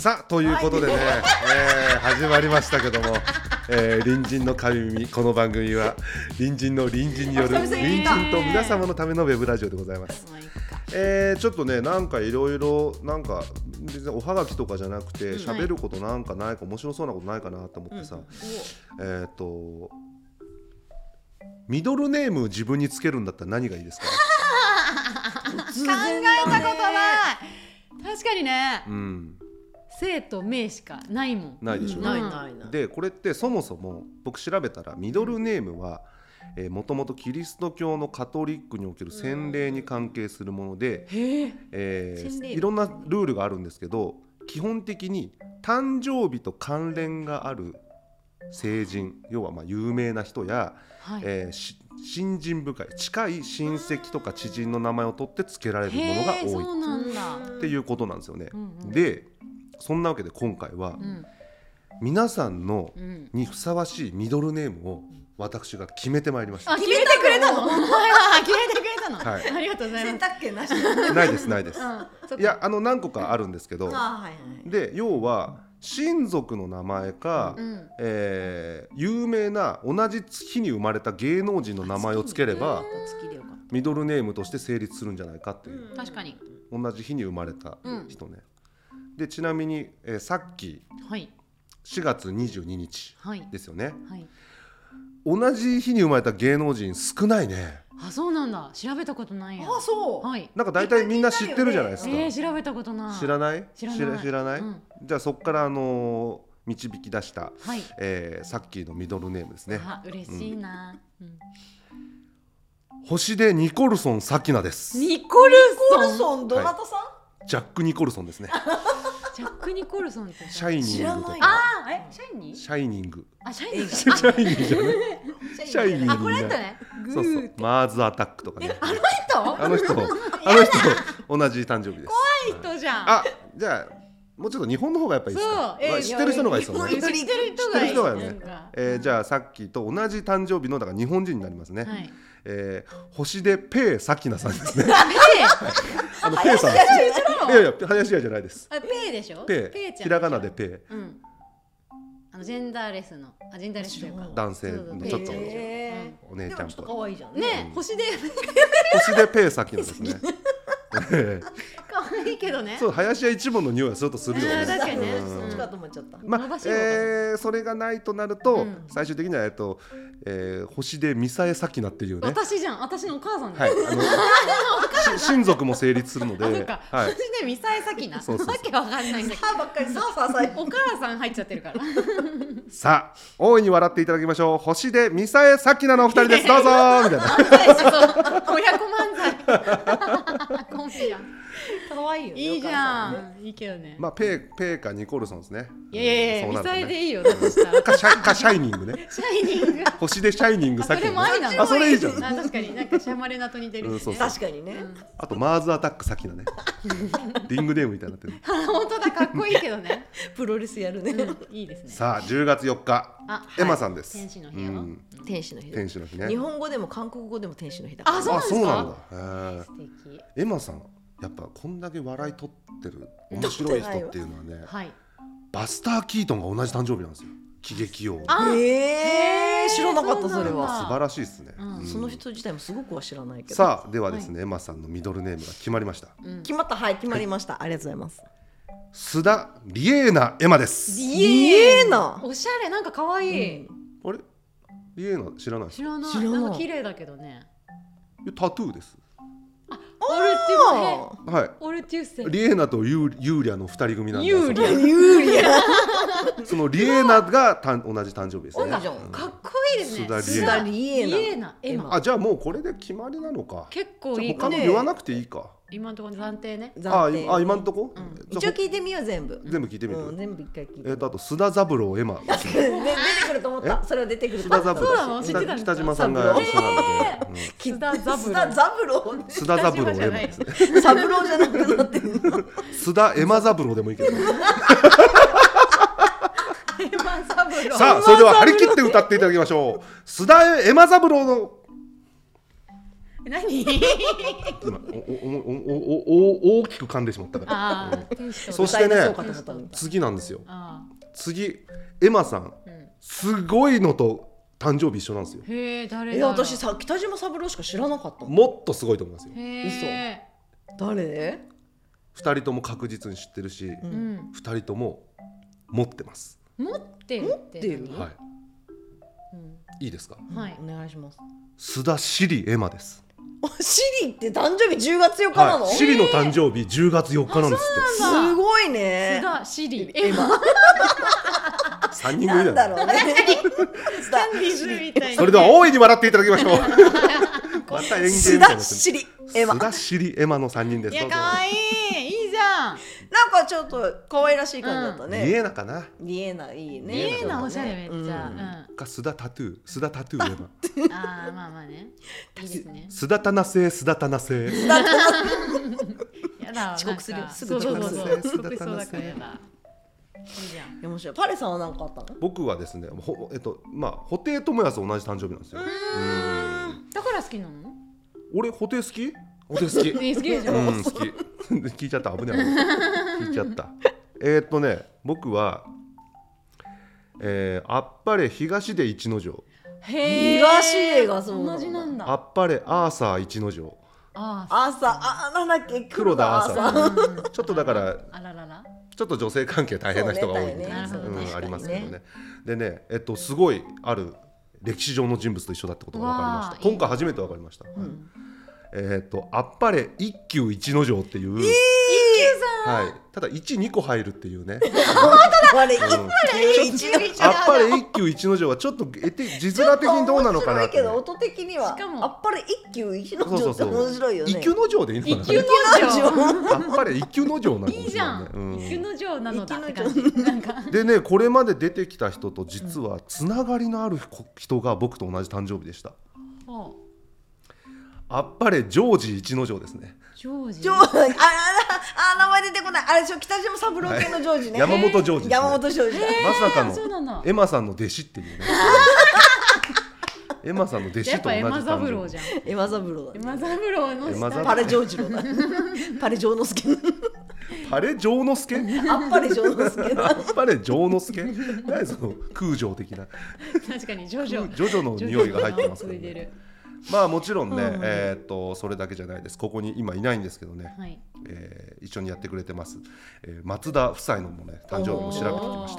さあということでね、始まりましたけども、隣人の神耳、この番組は隣人の隣人による隣人と皆様のためのウェブラジオでございます。ちょっとね、なんかいろいろなんか別におはがきとかじゃなくて喋ることなんかないか、面白そうなことないかなと思ってさ、ミドルネーム自分につけるんだったら何がいいですか？ 考えたことない確かにね、姓と名しかないもん。 ないでしょ、 ないでこれってそもそも僕調べたらミドルネームはもともとキリスト教のカトリックにおける洗礼に関係するもので、いろんなルールがあるんですけど、基本的に誕生日と関連がある成人、要はまあ有名な人や、親人深い近い親戚とか知人の名前を取って付けられるものが多いそうなんだっていうことなんですよね。でそんなわけで今回は、皆さんのにふさわしいミドルネームを私が決めてまいりました。 決めてくれたの？決めてくれたの、 はい、 ありがとうございます。 選択権なしないですないです、いや何個かあるんですけど、で要は親族の名前か、有名な同じ日に生まれた芸能人の名前をつければミドルネームとして成立するんじゃないかっていう。 確かに同じ日に生まれた人ね、でちなみに、さっき、4月22日ですよね、同じ日に生まれた芸能人少ないね。 あ、そうなんだ。調べたことないや。 あ、そう、 なんか大体みんな知ってるじゃないですか。 調べたことない。 知らない？ 知らない、 じゃあそこから導き出した、さっきのミドルネームですね。 嬉しいな、 星出ニコルソンサキナです。 ニコルソンどなたさん？ ジャック・ニコルソンですね。 ジャック・ニコルソンってシャイニングとか。 シャイニングシャイニングじゃない。シャイニング。 これだったね。 そうそう、マーズアタックとかね。 あの人同じ誕生日です。 怖い人じゃん。 じゃあもうちょっと日本の方がやっぱりいいですか？知ってる人の方がいいですよね。 知ってる人がいいね。じゃあさっきと同じ誕生日のだから日本人になりますね。星出ペイサキナさんですね。ペイさん。いや林家じゃないです。 ペイでしょ？ ペイ、ひらがなでペイ。 ジェンダーレスのジェンダーレスというか男性のちょっとお姉ちゃんと可愛いじゃんね。星出ペイサキナですね。 可愛いけどね。 そう、林家一門の匂いはするとするよね。 確かにね。 そっちかと思っちゃった。 それがないとなると最終的には星出ミサエサキナっていうね。 私じゃん。私のお母さん。 親族も成立するので。 星出ミサエサキナ。わけわかんないんだけど。 さあばっかりさお母さん入っちゃってるから。 さあ大いに笑っていただきましょう。星出ミサエサキナのお二人です。どうぞみたいな。 親子漫才。コンビやん。 可愛いよね。 いいじゃん。いいけどね。 まあペイかニコルソンですね。 いやミサエでいいよ。だとしたら。 かシャイニングね。 シャイニング。 星出シャイニングサキナ。 それもありなの。 それいいじゃん。 確かになんかシャマレナと似てるしね。 確かにね。 あとマーズアタックサキナね。リングネームみたいになってる。 本当だ、かっこいいけどね。 プロレスやるね。 いいですね。 さあ10月4日エマさんです。 天使の日よ。 天使の日。 天使の日ね。 日本語でも韓国語でも天使の日だ。 あ、そうなんだ。 素敵。エマさんやっぱこんだけ笑い取ってる面白い人っていうのはね、バスター・キートンが同じ誕生日なんですよ。喜劇王。 知らなかった。それは素晴らしいですね。 その人自体もすごくは知らないけど。 さあではですね、エマさんのミドルネームが決まりました。 決まった。はい、決まりました。ありがとうございます。 須田リエーナエマです。 リエーナ、 おしゃれ、なんか可愛い。 あれリエーナ知らない？ 知らない。なんか綺麗だけどね。 タトゥーです。 オルティウス。 リエーナとユーリアの二人組なんで。 ユーリア。 そのリエーナが同じ誕生日ですね。 かっこいいですね。 須田リエーナエマ。 じゃあもうこれで決まりなのか。 結構いいか他の言わなくていいか。 今のところ暫定ね。 今のとこ。 一応聞いてみよう。全部聞いてみる。 全部一回聞いて。 あと須田三郎エマ。 出てくると思った。それは出てくる。 須田三郎。北島さんが一緒なんで。 須田三郎。 須田三郎エマですね。 三郎じゃなくなってる。 須田エマ三郎でもいいけど。さあそれでは張り切って歌っていただきましょう。須田エマ三郎の何？ 今大きく噛んでしまったからそしてね次なんですよ。次エマさん、すごいのと誕生日一緒なんですよ。 へえ、誰だろう。 私さ北島三郎しか知らなかった。 もっとすごいと思いますよ。 嘘。誰 ？2人とも確実に知ってるし、2人とも持ってます。 持ってる？ はい、いいですか？ はい、 お願いします。 須田シリエマです。 シリって誕生日10月4日なの？ シリの誕生日10月4日なんですって。 すごいね。 須田シリエマ 3人組だろうね。 それでは大いに笑っていただきましょう。また演芸みたいな。 須田シリエマ。 須田シリエマの3人です。 いや、かわいい。いいじゃん。 なんかちょっと可愛らしい感じだったね。 リエナかな。 リエナいいね。 リエナおしゃれめっちゃ。 須田タトゥー、須田タトゥーエマ。 ああ、まあまあね。いいですね。 須田タナセ、須田タナセ。 やだ。 遅刻する。すぐ遅刻する。遅刻そうだからやだ。 いいじゃん。面白い。パレさんは何かあったの？ 僕はですね、まあ布袋寅泰と同じ誕生日なんですよ。 だから好きなの？ 俺布袋好き？布袋好き。 好きでしょ？ 好き。聞いちゃった。危ない。聞いちゃった。僕はあっぱれ東出一之丞。 東出がそう同じなんだ。 あっぱれアーサー一之丞。 なんだっけ、 黒田アーサー。ちょっとだからあららら。 ちょっと女性関係大変な人が多いんで、ありますけどね。でね、すごいある歴史上の人物と一緒だってことが分かりました。今回初めて分かりました。あっぱれ一休一之丞っていう、はい、ただ1、2個入るっていうね。 あっぱれ一休一之丞はちょっと字面的にどうなのかなって。 けど音的にはあっぱれ一休一之丞って面白いよね。 一休之丞でいいのかな。 一休之丞。 あっぱれ一休之丞なの。いいじゃん。一休之丞なのだって感じ。 でね、これまで出てきた人と実はつながりのある人が僕と同じ誕生日でした。あっぱれジョージ一之丞ですね。 ジョージ。 名前出てこない。あれ北島三郎系のジョージね。 山本ジョージ。 山本ジョージ。 まさかのエマさんの弟子っていうね。エマさんの弟子と同じ誕生日。 エマ三郎じゃん。 エマ三郎だ。 エマ三郎のパレジョージロだ。パレジョーノスケ。 パレジョーノスケ？ あっぱれジョーノスケ。 あっぱれジョーノスケ？何その空城的な。 確かにジョジョ。 ジョジョの匂いが入ってますからね。まあもちろんね、それだけじゃないです。ここに今いないんですけどね、一緒にやってくれてます、松田夫妻のもね誕生日も調べてきました。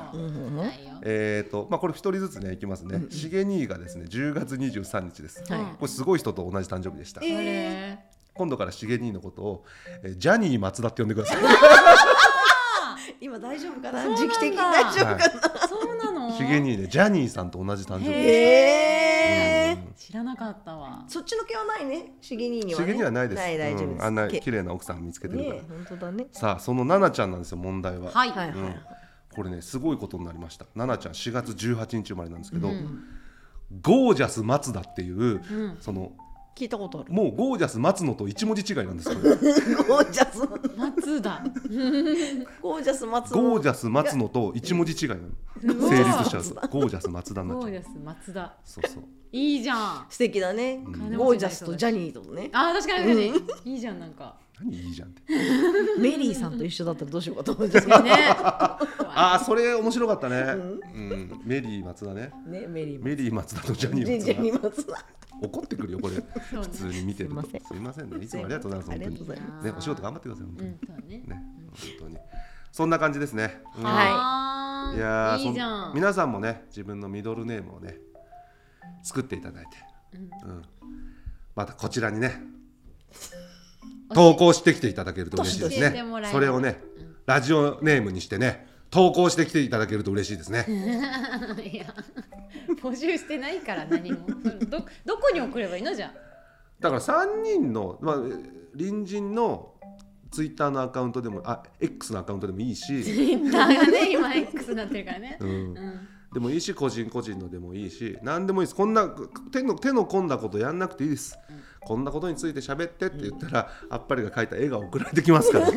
まあこれ一人ずつねいきますね。しげ兄がですね10月23日です。これすごい人と同じ誕生日でした。今度からしげ兄のことをジャニー松田って呼んでください。 今大丈夫かな？時期的に大丈夫かな？ そうなの？ しげ兄ね、ジャニーさんと同じ誕生日でした。知らなかったわ。 そっちの気はないね。しげ兄にはね。 しげ兄はないです。 大丈夫です。 あんな綺麗な奥さん見つけてるから。 本当だね。 さあそのナナちゃんなんですよ、問題は。 はい。 これねすごいことになりました。ナナちゃん4月18日生まれなんですけど、ゴージャス松田っていうその聞いたことある。 もうゴージャス松野と一文字違いなんですよ。 ゴージャス松田。 ゴージャス松野。 ゴージャス松野と一文字違いなの。成立しちゃうとゴージャス松田になっちゃう。 ゴージャス松田。 そうそう。 いいじゃん。 素敵だね。ゴージャスとジャニーとね。 あ、確かにいいじゃん。なんか何いいじゃんって。 メリーさんと一緒だったらどうしようかと思っちゃうね。 あ、それ面白かったね。メリー松田ね。 メリー松田とジャニー松田。怒ってくるよこれ。普通に見てると。すいませんね。いつもありがとうございます。本当にね、お仕事頑張ってください本当に。ね、本当に。そんな感じですね。 はい。 いやー、皆さんもね自分のミドルネームをね作っていただいて、またこちらにね投稿してきていただけると嬉しいですね。それをねラジオネームにしてね投稿してきていただけると嬉しいですね。 いや募集してないから何もどこに送ればいいのじゃ。 だから3人の、隣人のツイッターのアカウントでもX のアカウントでもいいし、 ツイッターがね今 X になってるからね、 でもいいし個人のでもいいし何でもいいです。こんな手の込んだことやんなくていいです、こんなことについて喋ってって言ったら、あっぱれが描いた絵が送られてきますから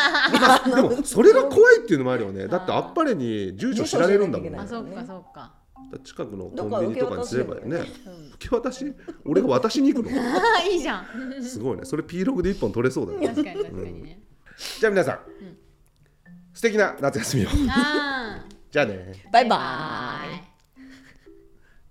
でもそれが怖いっていうのもあるよね。だってあっぱれに住所知られるんだもんね。 あ、そっかそっか。 近くのコンビニとかにすればね。受け渡し、俺が渡しに行くのいいじゃん。 すごいね。それ P6 で1本取れそうだね。 確かに確かにね。 じゃあ皆さん、素敵な夏休みを。じゃあね。 バイバーイ。